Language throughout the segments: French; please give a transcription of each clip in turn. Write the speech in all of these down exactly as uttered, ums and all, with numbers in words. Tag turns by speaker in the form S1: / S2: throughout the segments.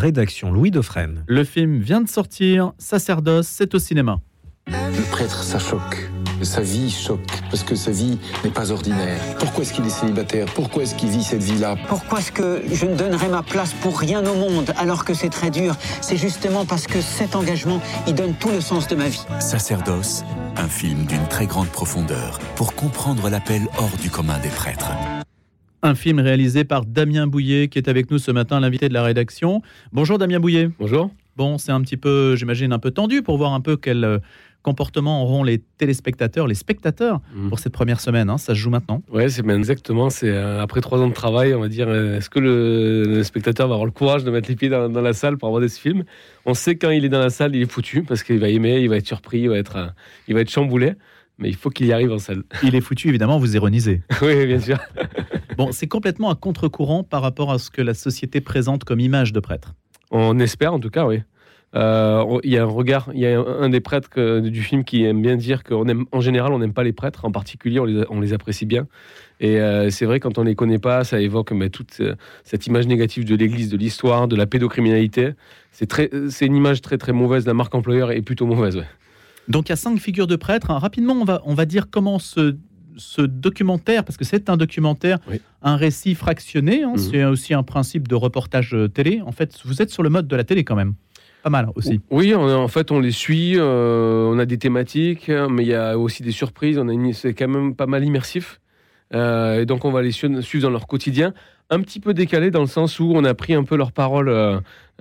S1: rédaction Louis Dauphren.
S2: Le film vient de sortir, Sacerdoce, c'est au cinéma.
S3: Le prêtre, ça choque. Sa vie choque, parce que sa vie n'est pas ordinaire. Pourquoi est-ce qu'il est célibataire? Pourquoi est-ce qu'il vit cette vie-là?
S4: Pourquoi est-ce que je ne donnerais ma place pour rien au monde, alors que c'est très dur? C'est justement parce que cet engagement, il donne tout le sens de ma vie.
S5: Sacerdoce, un film d'une très grande profondeur, pour comprendre l'appel hors du commun des prêtres.
S2: Un film réalisé par Damien Bouillet, qui est avec nous ce matin, l'invité de la rédaction. Bonjour Damien Bouillet.
S6: Bonjour.
S2: Bon, c'est un petit peu, j'imagine, un peu tendu pour voir un peu quel euh, comportement auront les téléspectateurs, les spectateurs mmh. pour cette première semaine. Hein, ça se joue maintenant.
S6: Ouais, c'est bien exactement. C'est euh, après trois ans de travail, on va dire. Euh, est-ce que le, le spectateur va avoir le courage de mettre les pieds dans, dans la salle pour aborder ce film? On sait quand il est dans la salle, il est foutu parce qu'il va aimer, il va être surpris, il va être, euh, il va être chamboulé. Mais il faut qu'il y arrive en salle.
S2: Il est foutu, évidemment, vous ironisez.
S6: Oui, bien sûr.
S2: Bon, c'est complètement à contre-courant par rapport à ce que la société présente comme image de prêtre.
S6: On espère, en tout cas, oui. Euh, il y a un regard, il y a un, un des prêtres que, du film qui aime bien dire qu'en en général, on n'aime pas les prêtres, en particulier, on les, on les apprécie bien. Et euh, c'est vrai, quand on ne les connaît pas, ça évoque mais, toute euh, cette image négative de l'Église, de l'histoire, de la pédocriminalité. C'est, très, c'est une image très, très mauvaise. La marque employeur est plutôt mauvaise, ouais.
S2: Donc il y a cinq figures de prêtres. Hein. Rapidement, on va, on va dire comment ce, ce documentaire, parce que c'est un documentaire, oui. un récit fractionné, hein, mmh. c'est aussi un principe de reportage télé. En fait, vous êtes sur le mode de la télé quand même. Pas mal aussi.
S6: Oui, on, en fait, on les suit, euh, on a des thématiques, mais il y a aussi des surprises. On a une, c'est quand même pas mal immersif. Euh, et donc, on va les suivre dans leur quotidien. Un petit peu décalé dans le sens où on a pris un peu leurs paroles euh,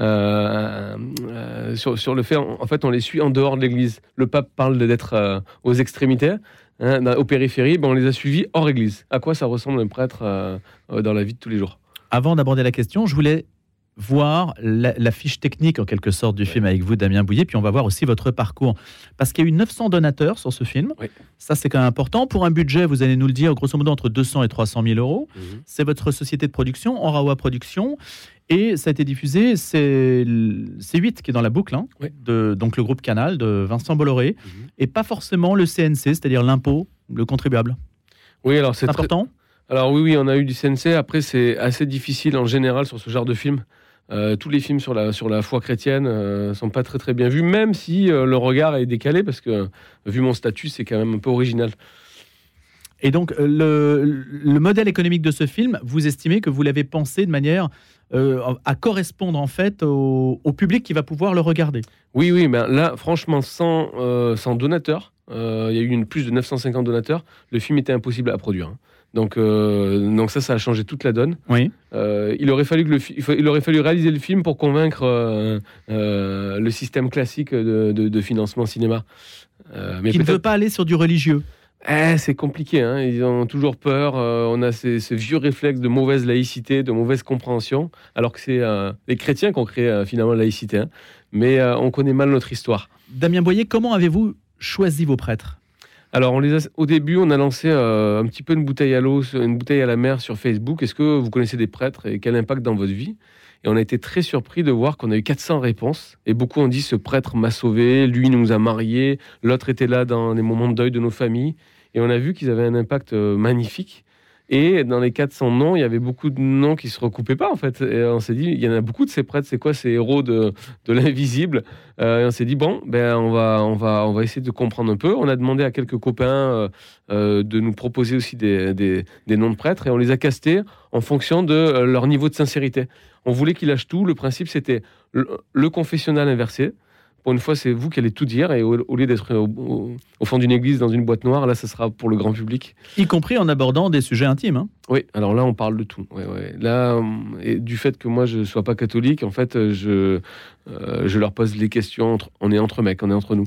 S6: euh, euh, sur, sur le fait, en, en fait, on les suit en dehors de l'église. Le pape parle d'être euh, aux extrémités, hein, aux périphéries, ben on les a suivis hors église. À quoi ça ressemble un prêtre euh, dans la vie de tous les jours?
S2: Avant d'aborder la question, je voulais voir la, la fiche technique en quelque sorte du film avec vous, Damien Bouillet, puis on va voir aussi votre parcours. Parce qu'il y a eu neuf cents donateurs sur ce film. Oui. Ça, c'est quand même important. Pour un budget, vous allez nous le dire, grosso modo entre deux cents et trois cent mille euros. Mmh. C'est votre société de production, Orawa Productions. Et ça a été diffusé, c'est C huit qui est dans la boucle, hein, oui. de, donc le groupe Canal de Vincent Bolloré, mmh. et pas forcément le C N C, c'est-à-dire l'impôt, le contribuable.
S6: Oui, alors c'est
S2: important.
S6: Très... Alors oui, oui, on a eu du C N C. Après, c'est assez difficile en général sur ce genre de film. Euh, tous les films sur la, sur la foi chrétienne ne euh, sont pas très très bien vus, même si euh, le regard est décalé, parce que, vu mon statut, c'est quand même un peu original.
S2: Et donc, le, le modèle économique de ce film, vous estimez que vous l'avez pensé de manière euh, à correspondre en fait au, au public qui va pouvoir le regarder?
S6: Oui, oui, ben là, franchement, sans, euh, sans donateurs, euh, il y a eu une, plus de neuf cent cinquante donateurs, le film était impossible à produire. Hein. Donc, euh, donc ça, ça a changé toute la donne. Oui. Euh, il aurait fallu que le fi- il aurait fallu réaliser le film pour convaincre euh, euh, le système classique de, de, de financement cinéma.
S2: Euh, mais qui ne veut pas aller sur du religieux.
S6: Eh, c'est compliqué, hein. Ils ont toujours peur. Euh, on a ces, ces vieux réflexes de mauvaise laïcité, de mauvaise compréhension, alors que c'est euh, les chrétiens qui ont créé euh, finalement la laïcité. Hein. Mais euh, on connaît mal notre histoire.
S2: Damien Boyer, comment avez-vous choisi vos prêtres?
S6: Alors, on les a, au début, on a lancé euh, un petit peu une bouteille à l'eau, une bouteille à la mer sur Facebook. Est-ce que vous connaissez des prêtres et quel impact dans votre vie? Et on a été très surpris de voir qu'on a eu quatre cents réponses. Et beaucoup ont dit, ce prêtre m'a sauvé, lui nous a mariés, l'autre était là dans les moments de deuil de nos familles. Et on a vu qu'ils avaient un impact euh, magnifique. Et dans les quatre cents noms, il y avait beaucoup de noms qui ne se recoupaient pas, en fait. Et on s'est dit, il y en a beaucoup de ces prêtres, c'est quoi ces héros de, de l'invisible? euh, Et on s'est dit, bon, ben, on, va, on, va, on va essayer de comprendre un peu. On a demandé à quelques copains euh, euh, de nous proposer aussi des, des, des noms de prêtres, et on les a castés en fonction de euh, leur niveau de sincérité. On voulait qu'ils lâchent tout. Le principe, c'était le, le confessionnal inversé. Pour une fois, c'est vous qui allez tout dire, et au, au lieu d'être au, au, au fond d'une église dans une boîte noire, là, ça sera pour le grand public.
S2: Y compris en abordant des sujets intimes. Hein.
S6: Oui, alors là, on parle de tout. Ouais, ouais. Là, et du fait que moi, je ne sois pas catholique, en fait, je, euh, je leur pose les questions. Entre, on est entre mecs, on est entre nous.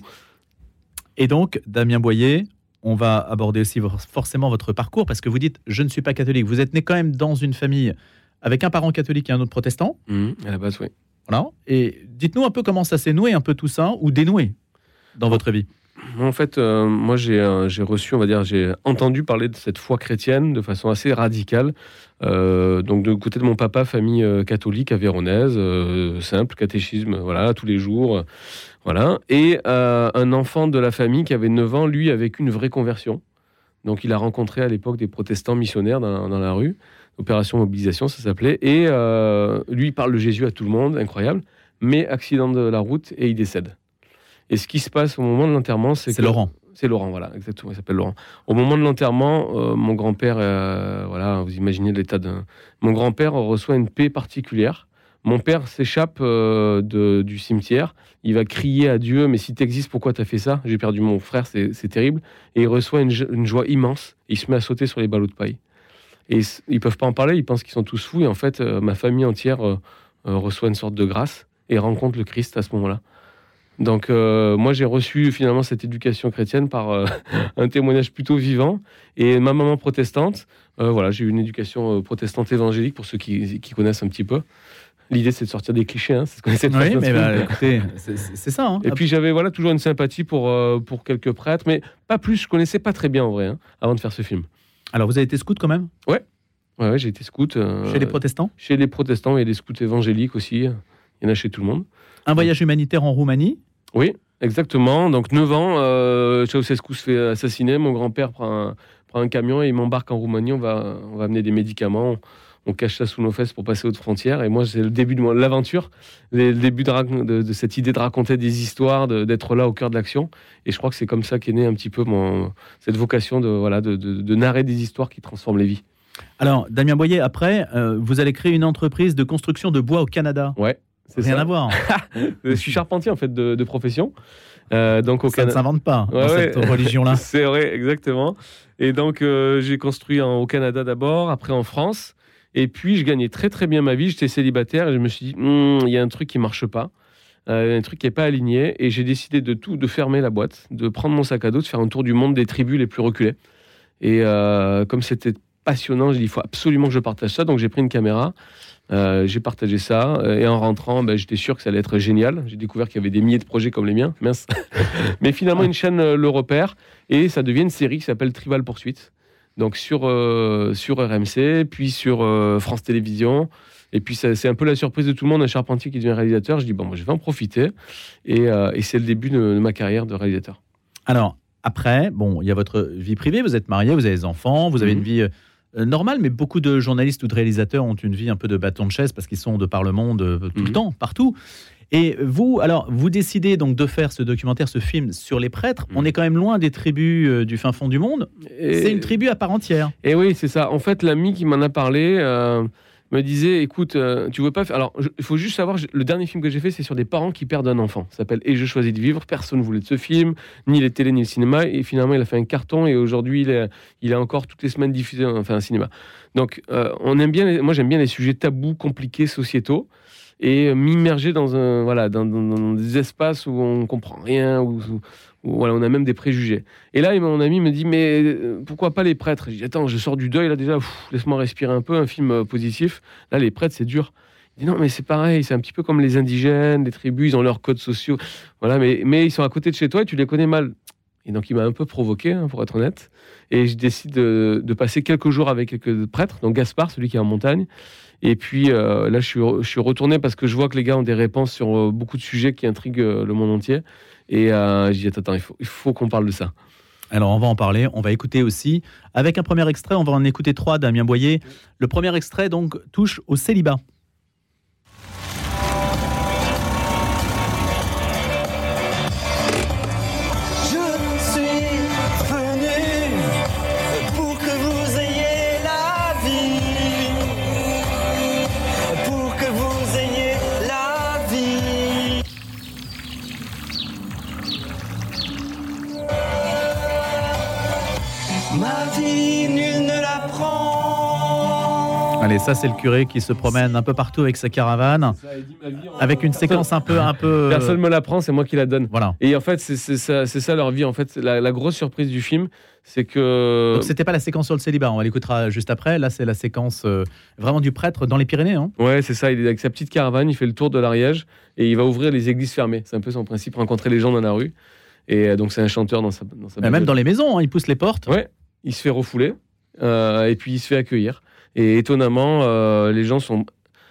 S2: Et donc, Damien Boyer, on va aborder aussi forcément votre parcours, parce que vous dites, je ne suis pas catholique. Vous êtes né quand même dans une famille avec un parent catholique et un autre protestant.
S6: Mmh, à la base, oui.
S2: Voilà. Et dites-nous un peu comment ça s'est noué, un peu tout ça, ou dénoué dans votre vie.
S6: En fait, euh, moi, j'ai, euh, j'ai reçu, on va dire, j'ai entendu parler de cette foi chrétienne de façon assez radicale. Euh, donc, de côté de mon papa, famille euh, catholique avéronaise, euh, simple, catéchisme, voilà, tous les jours. Euh, voilà. Et euh, un enfant de la famille qui avait neuf ans, lui, a vécu une vraie conversion. Donc, il a rencontré à l'époque des protestants missionnaires dans, dans la rue. Opération Mobilisation, ça s'appelait. Et euh, lui, il parle de Jésus à tout le monde, incroyable. Mais accident de la route et il décède. Et ce qui se passe au moment de l'enterrement, c'est,
S2: c'est
S6: que...
S2: Laurent.
S6: C'est Laurent, voilà, exactement, il s'appelle Laurent. Au moment de l'enterrement, euh, mon grand-père, euh, voilà, vous imaginez l'état de... Mon grand-père reçoit une paix particulière. Mon père s'échappe euh, de, du cimetière, il va crier à Dieu, mais si tu existes, pourquoi tu as fait ça ? J'ai perdu mon frère, c'est, c'est terrible. Et il reçoit une, une joie immense, il se met à sauter sur les ballots de paille. Et ils ne peuvent pas en parler, ils pensent qu'ils sont tous fous. Et en fait, euh, ma famille entière euh, euh, reçoit une sorte de grâce et rencontre le Christ à ce moment-là. Donc euh, moi j'ai reçu finalement cette éducation chrétienne par euh, un témoignage plutôt vivant, et ma maman protestante, euh, voilà, j'ai eu une éducation euh, protestante évangélique pour ceux qui, qui connaissent un petit peu. L'idée c'est de sortir des clichés, hein, c'est ce qu'on essaie de faire.
S2: Oui, mais bah, écoutez, c'est, c'est ça. Hein.
S6: Et puis j'avais voilà toujours une sympathie pour euh, pour quelques prêtres, mais pas plus. Je connaissais pas très bien en vrai hein, avant de faire ce film.
S2: Alors vous avez été scout quand même ?
S6: Ouais, ouais, ouais j'ai été scout. Euh,
S2: chez les protestants ?
S6: Chez les protestants et les scouts évangéliques aussi. Il y en a chez tout le monde.
S2: Un voyage humanitaire en Roumanie ?
S6: Oui, exactement. Donc neuf ans, euh, Ceausescu se fait assassiner. Mon grand-père prend un, prend un camion et il m'embarque en Roumanie. On va, on va amener des médicaments. On, on cache ça sous nos fesses pour passer aux frontières. Et moi, c'est le début de mon, l'aventure, le début de, de, de cette idée de raconter des histoires, de, d'être là au cœur de l'action. Et je crois que c'est comme ça qu'est née un petit peu mon, cette vocation de, voilà, de, de, de narrer des histoires qui transforment les vies.
S2: Alors, Damien Boyer, après, euh, vous allez créer une entreprise de construction de bois au Canada.
S6: Ouais. C'est
S2: Rien
S6: ça.
S2: à voir.
S6: Je suis charpentier en fait de, de profession. Euh, donc au
S2: ça
S6: Cana...
S2: ne s'invente pas
S6: ouais,
S2: dans
S6: ouais.
S2: cette religion-là.
S6: C'est vrai, exactement. Et donc euh, j'ai construit en, au Canada d'abord, après en France. Et puis je gagnais très très bien ma vie. J'étais célibataire et je me suis dit, il y a un truc qui marche pas, euh, un truc qui est pas aligné. Et j'ai décidé de tout, de fermer la boîte, de prendre mon sac à dos, de faire un tour du monde des tribus les plus reculées. Et euh, comme c'était passionnant, j'ai dit, il faut absolument que je partage ça. Donc j'ai pris une caméra. Euh, j'ai partagé ça et en rentrant, ben, j'étais sûr que ça allait être génial. J'ai découvert qu'il y avait des milliers de projets comme les miens, mince. Mais finalement, une chaîne euh, le repère et ça devient une série qui s'appelle Tribal Poursuite. Donc sur, euh, sur R M C, puis sur euh, France Télévisions. Et puis ça, c'est un peu la surprise de tout le monde, un charpentier qui devient réalisateur. Je dis, bon, moi, je vais en profiter. Et, euh, et c'est le début de, de ma carrière de réalisateur.
S2: Alors, après, bon, il y a votre vie privée, vous êtes marié, vous avez des enfants, vous avez
S6: Mmh.
S2: une vie... Euh, normal, mais beaucoup de journalistes ou de réalisateurs ont une vie un peu de bâton de chaise parce qu'ils sont de par le monde euh, tout mmh. le temps, partout. Et vous, alors, vous décidez donc de faire ce documentaire, ce film sur les prêtres. Mmh. On est quand même loin des tribus euh, du fin fond du monde. Et c'est une tribu à part entière.
S6: Et oui, c'est ça. En fait, l'ami qui m'en a parlé euh, me disait, écoute, euh, tu veux pas faire... Alors, il faut juste savoir, je... le dernier film que j'ai fait, c'est sur des parents qui perdent un enfant. Ça s'appelle « Et je choisis de vivre ». Personne ne voulait de ce film, ni les télés, ni le cinéma. Et finalement, il a fait un carton. Et aujourd'hui, il est, il est encore toutes les semaines diffusé enfin, un cinéma. Donc, euh, on aime bien les... moi, j'aime bien les sujets tabous, compliqués, sociétaux. Et m'immerger dans, un, voilà, dans, dans, dans des espaces où on ne comprend rien, où, où, où voilà, on a même des préjugés. Et là, mon ami me dit, mais pourquoi pas les prêtres ? Je dis, attends, je sors du deuil, là déjà, pff, laisse-moi respirer un peu, un film euh, positif. Là, les prêtres, c'est dur. Il dit, non, mais c'est pareil, c'est un petit peu comme les indigènes, les tribus, ils ont leurs codes sociaux. Voilà, mais, mais ils sont à côté de chez toi et tu les connais mal. Et donc, il m'a un peu provoqué, hein, pour être honnête. Et je décide de, de passer quelques jours avec quelques prêtres, donc Gaspard, celui qui est en montagne. Et puis euh, là, je suis, je suis retourné parce que je vois que les gars ont des réponses sur euh, beaucoup de sujets qui intriguent euh, le monde entier. Et euh, je dis, attends, attends il, faut, il faut qu'on parle de ça.
S2: Alors, on va en parler. On va écouter aussi. Avec un premier extrait, on va en écouter trois, Damien Boyer. Le premier extrait, donc, touche au célibat. Allez, ça c'est le curé qui se promène un peu partout avec sa caravane, avec une séquence un peu, un peu.
S6: Personne me l'apprend, c'est moi qui la donne.
S2: Voilà.
S6: Et en fait, c'est, c'est, ça, c'est ça leur vie. En fait, la, la grosse surprise du film, c'est que.
S2: Donc c'était pas la séquence sur le célibat. On l'écoutera juste après. Là, c'est la séquence euh, vraiment du prêtre dans les Pyrénées. Hein.
S6: Ouais, c'est ça. Il est avec sa petite caravane, il fait le tour de l'Ariège et il va ouvrir les églises fermées. C'est un peu son principe, rencontrer les gens dans la rue. Et donc c'est un chanteur dans sa. Dans sa
S2: même bagnole. Dans les maisons, hein, il pousse les portes.
S6: Ouais. Il se fait refouler euh, et puis il se fait accueillir. Et étonnamment, euh, les gens sont...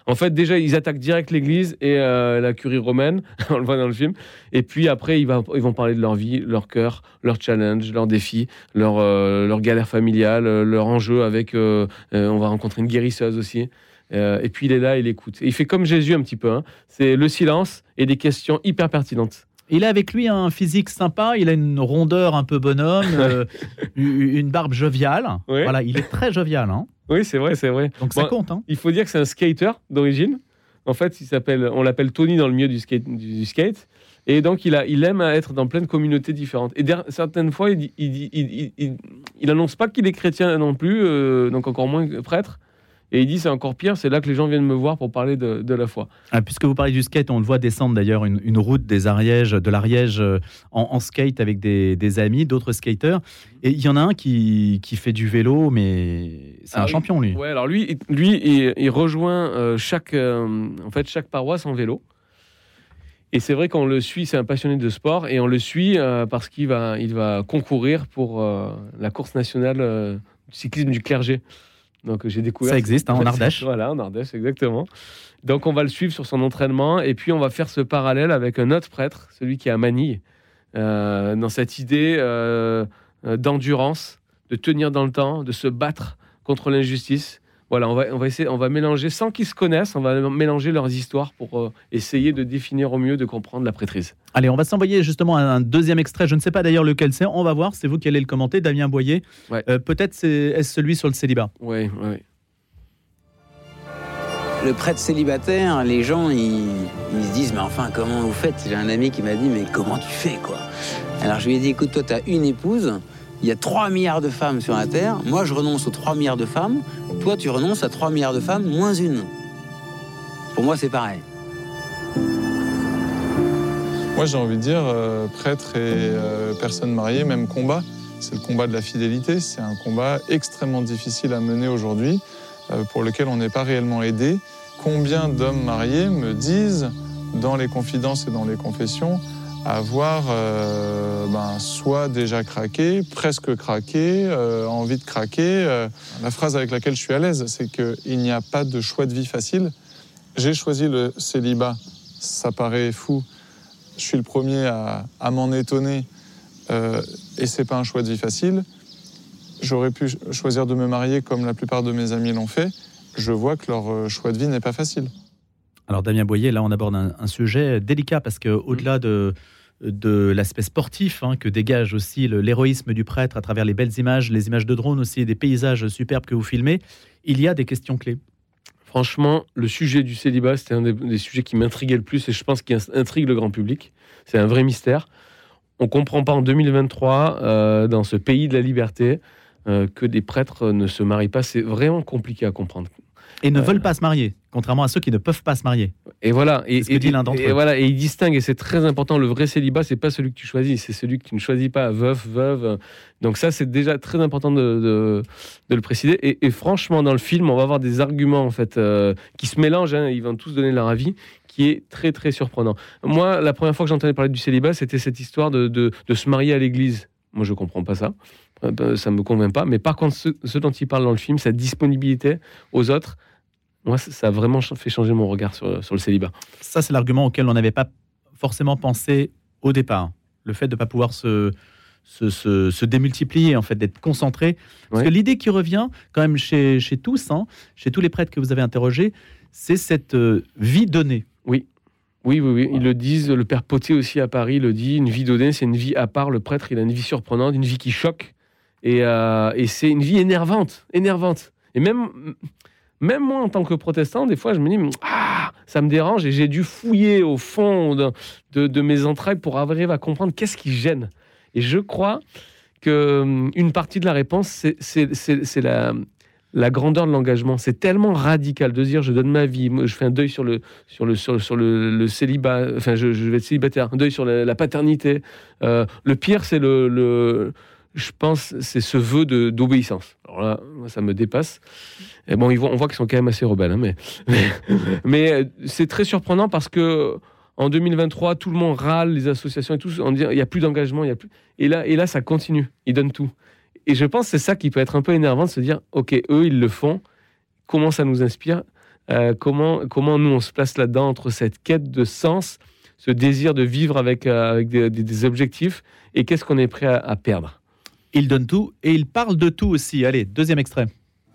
S6: En fait, déjà, ils attaquent direct l'église et euh, la curie romaine, on le voit dans le film. Et puis après, ils, va, ils vont parler de leur vie, leur cœur, leur challenge, leurs défis, leur, euh, leur galère familiale, leur enjeu avec... Euh, euh, on va rencontrer une guérisseuse aussi. Euh, et puis il est là, il écoute. Et il fait comme Jésus un petit peu. Hein. C'est le silence et des questions hyper pertinentes.
S2: Il a avec lui un physique sympa, il a une rondeur un peu bonhomme, euh, une barbe joviale. Oui. Voilà, il est très jovial. Hein.
S6: Oui, c'est vrai, c'est vrai.
S2: Donc ça bon, compte. Hein.
S6: Il faut dire que c'est un skater d'origine. En fait, il s'appelle, on l'appelle Tony dans le milieu du skate. Du skate. Et donc, il, a, il aime être dans plein de communautés différentes. Et der, certaines fois, il, il, il, il, il annonce pas qu'il est chrétien non plus, euh, donc encore moins prêtre. Et il dit, c'est encore pire, c'est là que les gens viennent me voir pour parler de, de la foi.
S2: Ah, puisque vous parlez du skate, on le voit descendre d'ailleurs une, une route des Arièges, de l'Ariège en, en skate avec des, des amis, d'autres skateurs. Et il y en a un qui, qui fait du vélo, mais c'est alors un champion, lui.
S6: Ouais, alors lui, lui il, il rejoint euh, chaque, euh, en fait, chaque paroisse en vélo. Et c'est vrai qu'on le suit, c'est un passionné de sport, et on le suit euh, parce qu'il va, il va concourir pour euh, la course nationale euh, du cyclisme du clergé. Donc j'ai découvert.
S2: Ça existe hein, en Ardèche.
S6: Voilà, en Ardèche, exactement. Donc on va le suivre sur son entraînement et puis on va faire ce parallèle avec un autre prêtre, celui qui est à Manille, euh, dans cette idée euh, d'endurance, de tenir dans le temps, de se battre contre l'injustice. Voilà, on va, on va essayer, on va mélanger, sans qu'ils se connaissent, on va mélanger leurs histoires pour euh, essayer de définir au mieux, de comprendre la prêtrise.
S2: Allez, on va s'envoyer justement un deuxième extrait. Je ne sais pas d'ailleurs lequel c'est. On va voir, c'est vous qui allez le commenter, Damien Boyer.
S6: Ouais.
S2: Euh, peut-être c'est, est-ce celui sur le célibat.
S6: Oui, oui.
S1: Le prêtre célibataire, les gens, ils, ils se disent, mais enfin, comment vous faites ? J'ai un ami qui m'a dit, mais comment tu fais, quoi ? Alors je lui ai dit, écoute, toi, tu as une épouse. Il y a trois milliards de femmes sur la Terre. Moi, je renonce aux trois milliards de femmes. Toi, tu renonces à trois milliards de femmes moins une. Pour moi, c'est pareil.
S7: Moi, j'ai envie de dire, euh, prêtre et euh, personne mariée, même combat. C'est le combat de la fidélité. C'est un combat extrêmement difficile à mener aujourd'hui, euh, pour lequel on n'est pas réellement aidé. Combien d'hommes mariés me disent, dans les confidences et dans les confessions, avoir euh, ben, soit déjà craqué, presque craqué, euh, envie de craquer. Euh, la phrase avec laquelle je suis à l'aise, c'est qu'il n'y a pas de choix de vie facile. J'ai choisi le célibat, ça paraît fou. Je suis le premier à, à m'en étonner, euh, et c'est pas un choix de vie facile. J'aurais pu choisir de me marier comme la plupart de mes amis l'ont fait. Je vois que leur choix de vie n'est pas facile.
S2: Alors Damien Boyer, là on aborde un, un sujet délicat parce qu'au-delà de, de l'aspect sportif hein, que dégage aussi le, l'héroïsme du prêtre à travers les belles images, les images de drone aussi et des paysages superbes que vous filmez, il y a des questions clés.
S6: Franchement, le sujet du célibat, c'était un des, des sujets qui m'intriguait le plus et je pense qu'il intrigue le grand public. C'est un vrai mystère. On ne comprend pas en deux mille vingt-trois, euh, dans ce pays de la liberté, euh, que des prêtres ne se marient pas. C'est vraiment compliqué à comprendre.
S2: Et ne
S6: euh...
S2: veulent pas se marier, contrairement à ceux qui ne peuvent pas se marier.
S6: Et voilà, et,
S2: c'est ce que
S6: et,
S2: dit l'un d'entre
S6: et,
S2: eux.
S6: Et voilà, et il distingue, et c'est très important, le vrai célibat, c'est pas celui que tu choisis, c'est celui que tu ne choisis pas, veuf, veuve. Donc ça, c'est déjà très important de, de, de le préciser. Et, et franchement, dans le film, on va avoir des arguments en fait euh, qui se mélangent, hein, ils vont tous donner leur avis, qui est très très surprenant. Moi, la première fois que j'entendais parler du célibat, c'était cette histoire de, de, de se marier à l'église. Moi, je comprends pas ça, ça me convainc pas. Mais par contre, ce, ce dont il parle dans le film, cette disponibilité aux autres, moi, ça a vraiment fait changer mon regard sur, sur le célibat.
S2: Ça, c'est l'argument auquel on n'avait pas forcément pensé au départ. Le fait de ne pas pouvoir se, se, se, se démultiplier, en fait, d'être concentré. Parce ouais. que l'idée qui revient, quand même, chez, chez tous, hein, chez tous les prêtres que vous avez interrogés, c'est cette euh, vie donnée.
S6: Oui. Oui, oui, oui. Ils le disent. Le père Potier aussi à Paris le dit. Une vie donnée, c'est une vie à part. Le prêtre, il a une vie surprenante, une vie qui choque. Et, euh, et c'est une vie énervante. Énervante. Et même... Même moi, en tant que protestant, des fois, je me dis, ah, ça me dérange et j'ai dû fouiller au fond de, de, de mes entrailles pour arriver à comprendre qu'est-ce qui gêne. Et je crois qu'une partie de la réponse, c'est, c'est, c'est, c'est la, la grandeur de l'engagement. C'est tellement radical de dire, je donne ma vie, je fais un deuil sur le, sur le, sur, sur le, le célibat, enfin, je, je vais être célibataire, un deuil sur la, la paternité. Euh, le pire, c'est le... le je pense c'est ce vœu de, d'obéissance. Alors là, moi, ça me dépasse. Et bon, ils voient, on voit qu'ils sont quand même assez rebelles, hein, mais, mais, mais c'est très surprenant parce que en deux mille vingt-trois, tout le monde râle, les associations et tout, on dit il n'y a plus d'engagement, il y a plus. Et là, et là, ça continue. Ils donnent tout. Et je pense que c'est ça qui peut être un peu énervant de se dire, ok, eux, ils le font. Comment ça nous inspire ? Euh, comment, comment nous, on se place là-dedans entre cette quête de sens, ce désir de vivre avec, euh, avec des, des, des objectifs, et qu'est-ce qu'on est prêt à, à perdre?
S2: Il donne tout et il parle de tout aussi. Allez, deuxième extrait.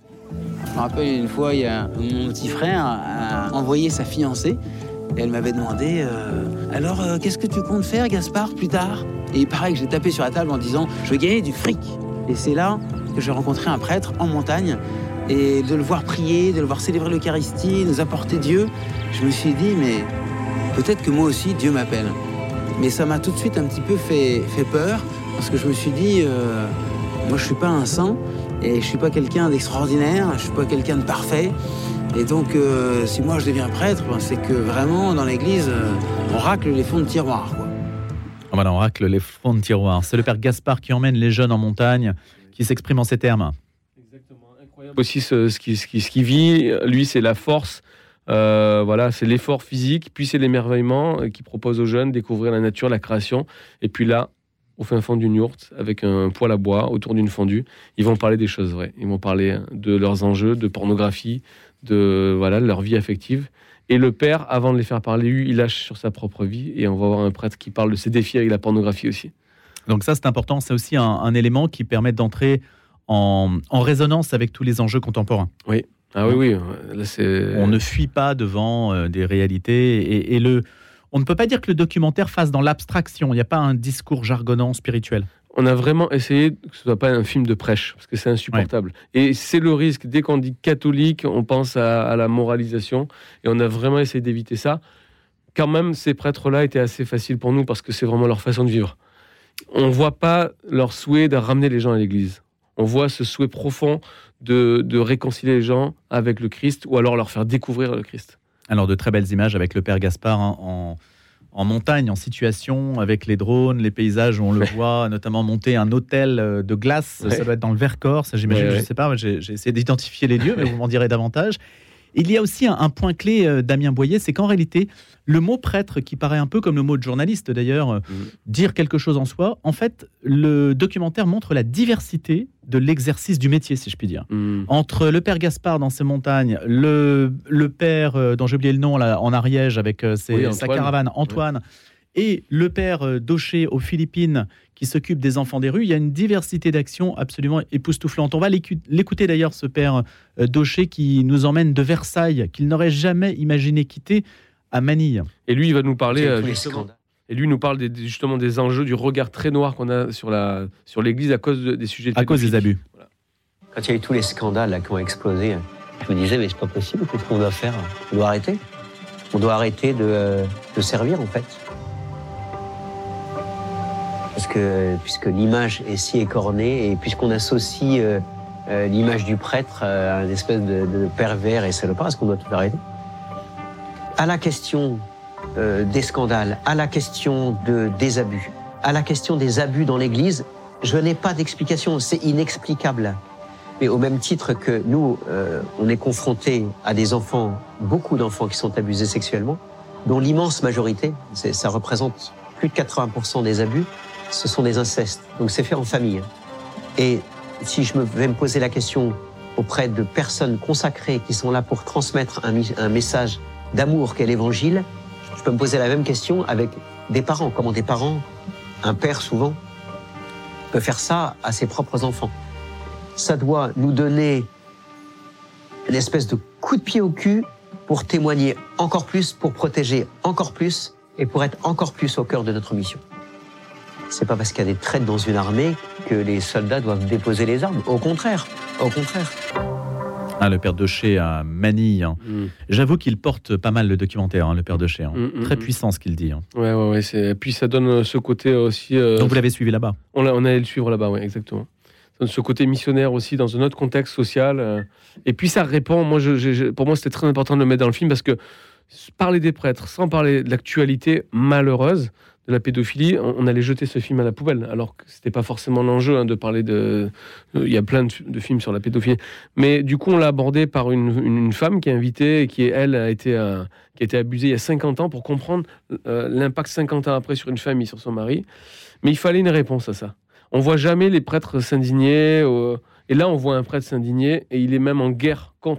S1: Je me rappelle une fois, il y a mon petit frère a envoyé sa fiancée et elle m'avait demandé euh, alors euh, qu'est-ce que tu comptes faire, Gaspard, plus tard? Et il paraît que j'ai tapé sur la table en disant je veux gagner du fric. Et c'est là que j'ai rencontré un prêtre en montagne, et de le voir prier, de le voir célébrer l'Eucharistie, nous apporter Dieu, je me suis dit mais peut-être que moi aussi Dieu m'appelle. Mais ça m'a tout de suite un petit peu fait, fait peur, parce que je me suis dit euh, moi je suis pas un saint. Et je suis pas quelqu'un d'extraordinaire, je suis pas quelqu'un de parfait. Et donc, euh, si moi je deviens prêtre, ben, c'est que vraiment, dans l'église, euh, on racle les fonds de tiroir, quoi.
S2: Oh, voilà, on racle les fonds de tiroir. C'est le père Gaspard qui emmène les jeunes en montagne, qui s'exprime en ces termes.
S6: Exactement, incroyable. Aussi, ce, ce, qui, ce, qui, ce qui vit, lui, c'est la force, euh, voilà, c'est l'effort physique, puis c'est l'émerveillement qui propose aux jeunes découvrir la nature, la création. Et puis là, au fin fond d'une yourte, avec un poêle à bois, autour d'une fondue, ils vont parler des choses vraies. Ils vont parler de leurs enjeux, de pornographie, de, voilà, de leur vie affective. Et le père, avant de les faire parler, lui, il lâche sur sa propre vie. Et on va voir un prêtre qui parle de ses défis avec la pornographie aussi.
S2: Donc ça, c'est important. C'est aussi un, un élément qui permet d'entrer en, en résonance avec tous les enjeux contemporains.
S6: Oui. Ah oui, oui. Là, c'est...
S2: On ne fuit pas devant euh, des réalités. Et, et le... On ne peut pas dire que le documentaire fasse dans l'abstraction. Il n'y a pas un discours jargonnant spirituel.
S6: On a vraiment essayé que ce ne soit pas un film de prêche, parce que c'est insupportable. Ouais. Et c'est le risque. Dès qu'on dit catholique, on pense à, à la moralisation. Et on a vraiment essayé d'éviter ça. Quand même, ces prêtres-là étaient assez faciles pour nous, parce que c'est vraiment leur façon de vivre. On ne voit pas leur souhait de ramener les gens à l'église. On voit ce souhait profond de, de réconcilier les gens avec le Christ, ou alors leur faire découvrir le Christ.
S2: Alors, de très belles images avec le père Gaspard hein, en, en montagne, en situation, avec les drones, les paysages où on le ouais. voit, notamment monter un hôtel de glace. Ouais. Ça doit être dans le Vercors, ça j'imagine, ouais, ouais. je ne sais pas, j'ai, j'ai essayé d'identifier les lieux, mais vous m'en direz davantage. Il y a aussi un, un point clé, euh, Damien Boyer, c'est qu'en réalité, le mot prêtre, qui paraît un peu comme le mot de journaliste d'ailleurs, euh, mmh. dire quelque chose en soi, en fait, le documentaire montre la diversité de l'exercice du métier, si je puis dire. Mmh. Entre le père Gaspard dans ses montagnes, le, le père, euh, dont j'ai oublié le nom, là, en Ariège, avec euh, ses, oui, sa caravane, Antoine, oui. et le père euh, Daucher aux Philippines, qui s'occupe des enfants des rues, il y a une diversité d'actions absolument époustouflante. On va l'écouter d'ailleurs, ce père euh, Daucher, qui nous emmène de Versailles, qu'il n'aurait jamais imaginé quitter, à Manille.
S6: Et lui, il va nous parler... Euh, Et lui nous parle des, justement des enjeux, du regard très noir qu'on a sur, la, sur l'Église à cause de, des sujets de
S2: à cause des abus. Voilà.
S8: Quand il y a eu tous les scandales là, qui ont explosé, je me disais, mais c'est pas possible, qu'est-ce qu'on doit faire? On doit arrêter. On doit arrêter de, de servir, en fait. Parce que, puisque l'image est si écornée, et puisqu'on associe euh, euh, l'image du prêtre à une espèce de, de pervers et salopard, est-ce qu'on doit tout arrêter? À la question... Euh, des scandales, à la question de, des abus, à la question des abus dans l'Église, je n'ai pas d'explication, c'est inexplicable. Mais au même titre que nous, euh, on est confrontés à des enfants, beaucoup d'enfants qui sont abusés sexuellement, dont l'immense majorité, c'est, ça représente plus de quatre-vingts pour cent des abus, ce sont des incestes. Donc c'est fait en famille. Et si je me, vais me poser la question auprès de personnes consacrées qui sont là pour transmettre un, un message d'amour qu'est l'Évangile, je peux me poser la même question avec des parents. Comment des parents, un père souvent, peut faire ça à ses propres enfants? Ça doit nous donner une espèce de coup de pied au cul pour témoigner encore plus, pour protéger encore plus et pour être encore plus au cœur de notre mission. C'est pas parce qu'il y a des traîtres dans une armée que les soldats doivent déposer les armes. Au contraire, au contraire.
S2: Ah, le père Daucher à Manille. Hein. Mm. J'avoue qu'il porte pas mal le documentaire, hein, le père Daucher. Hein. Mm, Très mm, puissant ce qu'il dit. Hein.
S6: Ouais, ouais, ouais. C'est... Puis ça donne ce côté aussi. Euh...
S2: Donc vous l'avez suivi là-bas?
S6: On, l'a, on allait le suivre là-bas, oui, exactement. Ça donne ce côté missionnaire aussi dans un autre contexte social. Euh... Et puis ça répond. Moi, je, je, pour moi, c'était très important de le mettre dans le film parce que parler des prêtres sans parler de l'actualité malheureuse de la pédophilie, on allait jeter ce film à la poubelle, alors que c'était pas forcément l'enjeu hein, de parler de... Il y a plein de, de films sur la pédophilie. Mais du coup, on l'a abordé par une, une, une femme qui est invitée et qui, elle, a été, euh, qui a été abusée il y a cinquante ans pour comprendre euh, l'impact cinquante ans après sur une famille, sur son mari. Mais il fallait une réponse à ça. On voit jamais les prêtres s'indigner. Euh, et là, on voit un prêtre s'indigner et il est même en guerre contre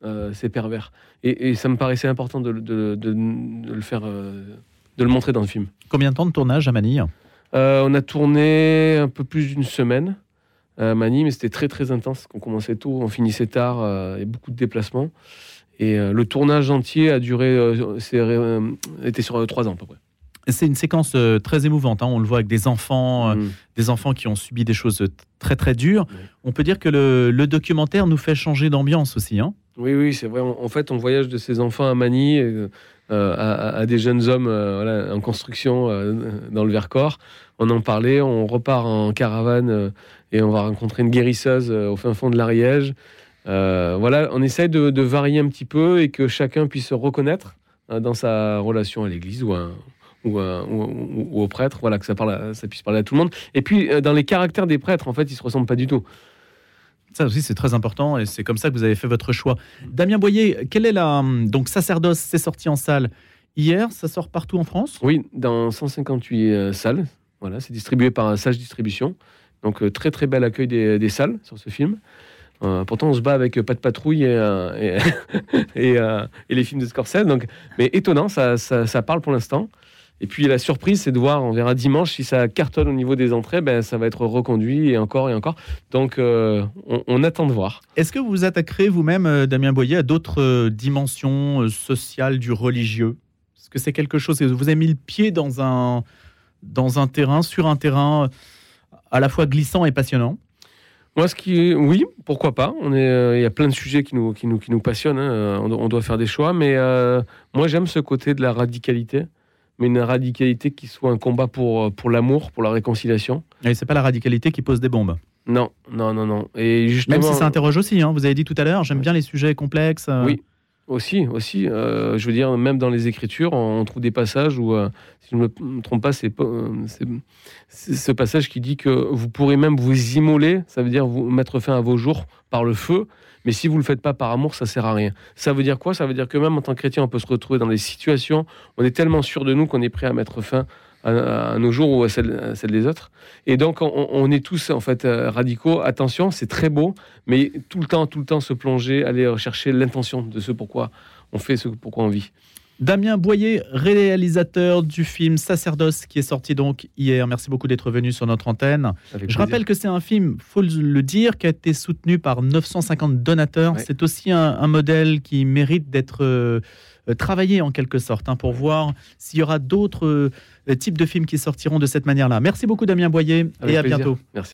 S6: euh, c'est pervers. Et, et ça me paraissait important de, de, de, de le faire, euh, de le montrer dans le film.
S2: Combien de temps de tournage à Manille ?
S6: euh, On a tourné un peu plus d'une semaine à Manille, mais c'était très très intense. On commençait tôt, on finissait tard, euh, et beaucoup de déplacements. Et euh, le tournage entier a duré, euh, c'est, euh, était sur euh, trois ans à peu près.
S2: C'est une séquence euh, très émouvante. Hein. On le voit avec des enfants, euh,
S6: Mmh.
S2: des enfants qui ont subi des choses très très dures.
S6: Oui.
S2: On peut dire que le, le documentaire nous fait changer d'ambiance aussi. Hein.
S6: Oui, oui, c'est vrai. En fait, on voyage de ces enfants à Manille euh, à, à des jeunes hommes euh, voilà, en construction euh, dans le Vercors. On en parlait, on repart en caravane euh, et on va rencontrer une guérisseuse euh, au fin fond de l'Ariège. Euh, voilà, on essaye de, de varier un petit peu et que chacun puisse se reconnaître euh, dans sa relation à l'église ou, à, ou, à, ou, ou, ou au prêtre, voilà, que ça, parle à, ça puisse parler à tout le monde. Et puis, euh, dans les caractères des prêtres, en fait, ils ne se ressemblent pas du tout.
S2: Ça aussi, c'est très important et c'est comme ça que vous avez fait votre choix. Damien Boyer, quelle est la... Donc, Sacerdoce, c'est sorti en salle hier, ça sort partout en France ?
S6: Oui, dans cent cinquante-huit euh, salles. Voilà, c'est distribué par Sage Distribution. Donc, euh, très très bel accueil des, des salles sur ce film. Euh, pourtant, on se bat avec euh, Pas de patrouille et, euh, et, et, euh, et les films de Scorsese. Donc, mais étonnant, ça, ça, ça parle pour l'instant. Et puis la surprise, c'est de voir, on verra dimanche, si ça cartonne au niveau des entrées, ben, ça va être reconduit et encore et encore. Donc, euh, on, on attend de voir.
S2: Est-ce que vous vous attaquerez vous-même, euh, Damien Boyer, à d'autres euh, dimensions euh, sociales du religieux ? Est-ce que c'est quelque chose que vous avez mis le pied dans un, dans un terrain, sur un terrain à la fois glissant et passionnant ?
S6: Moi, ce qui est, oui, pourquoi pas. On est, euh, il y a plein de sujets qui nous, qui nous, qui nous passionnent. Hein. On, on doit faire des choix, mais euh, moi, j'aime ce côté de la radicalité, mais une radicalité qui soit un combat pour, pour l'amour, pour la réconciliation.
S2: Et c'est pas la radicalité qui pose des bombes.
S6: Non, non, non, non. Et justement,
S2: même si ça interroge aussi. Hein. Vous avez dit tout à l'heure, j'aime bien les sujets complexes. Euh...
S6: Oui. Aussi, aussi. Euh, je veux dire, même dans les Écritures, on trouve des passages où, euh, si je ne me trompe pas, c'est, euh, c'est, c'est ce passage qui dit que vous pourrez même vous immoler, ça veut dire vous mettre fin à vos jours par le feu, mais si vous ne le faites pas par amour, ça ne sert à rien. Ça veut dire quoi ? Ça veut dire que même en tant que chrétien, on peut se retrouver dans des situations, on est tellement sûr de nous qu'on est prêt à mettre fin à, à nos jours ou à celles, à celles des autres. Et donc, on, on est tous, en fait, euh, radicaux. Attention, c'est très beau, mais tout le temps, tout le temps se plonger, aller rechercher l'intention de ce pourquoi on fait, ce pourquoi on vit.
S2: Damien Boyer, réalisateur du film Sacerdoce, qui est sorti donc hier. Merci beaucoup d'être venu sur notre antenne.
S6: Avec
S2: Je
S6: plaisir.
S2: rappelle que c'est un film, faut le dire, qui a été soutenu par neuf cent cinquante donateurs.
S6: Ouais.
S2: C'est aussi un, un modèle qui mérite d'être euh, travaillé en quelque sorte, hein, pour voir s'il y aura d'autres euh, types de films qui sortiront de cette manière-là. Merci beaucoup Damien Boyer
S6: Avec
S2: et à
S6: plaisir.
S2: bientôt.
S6: Merci.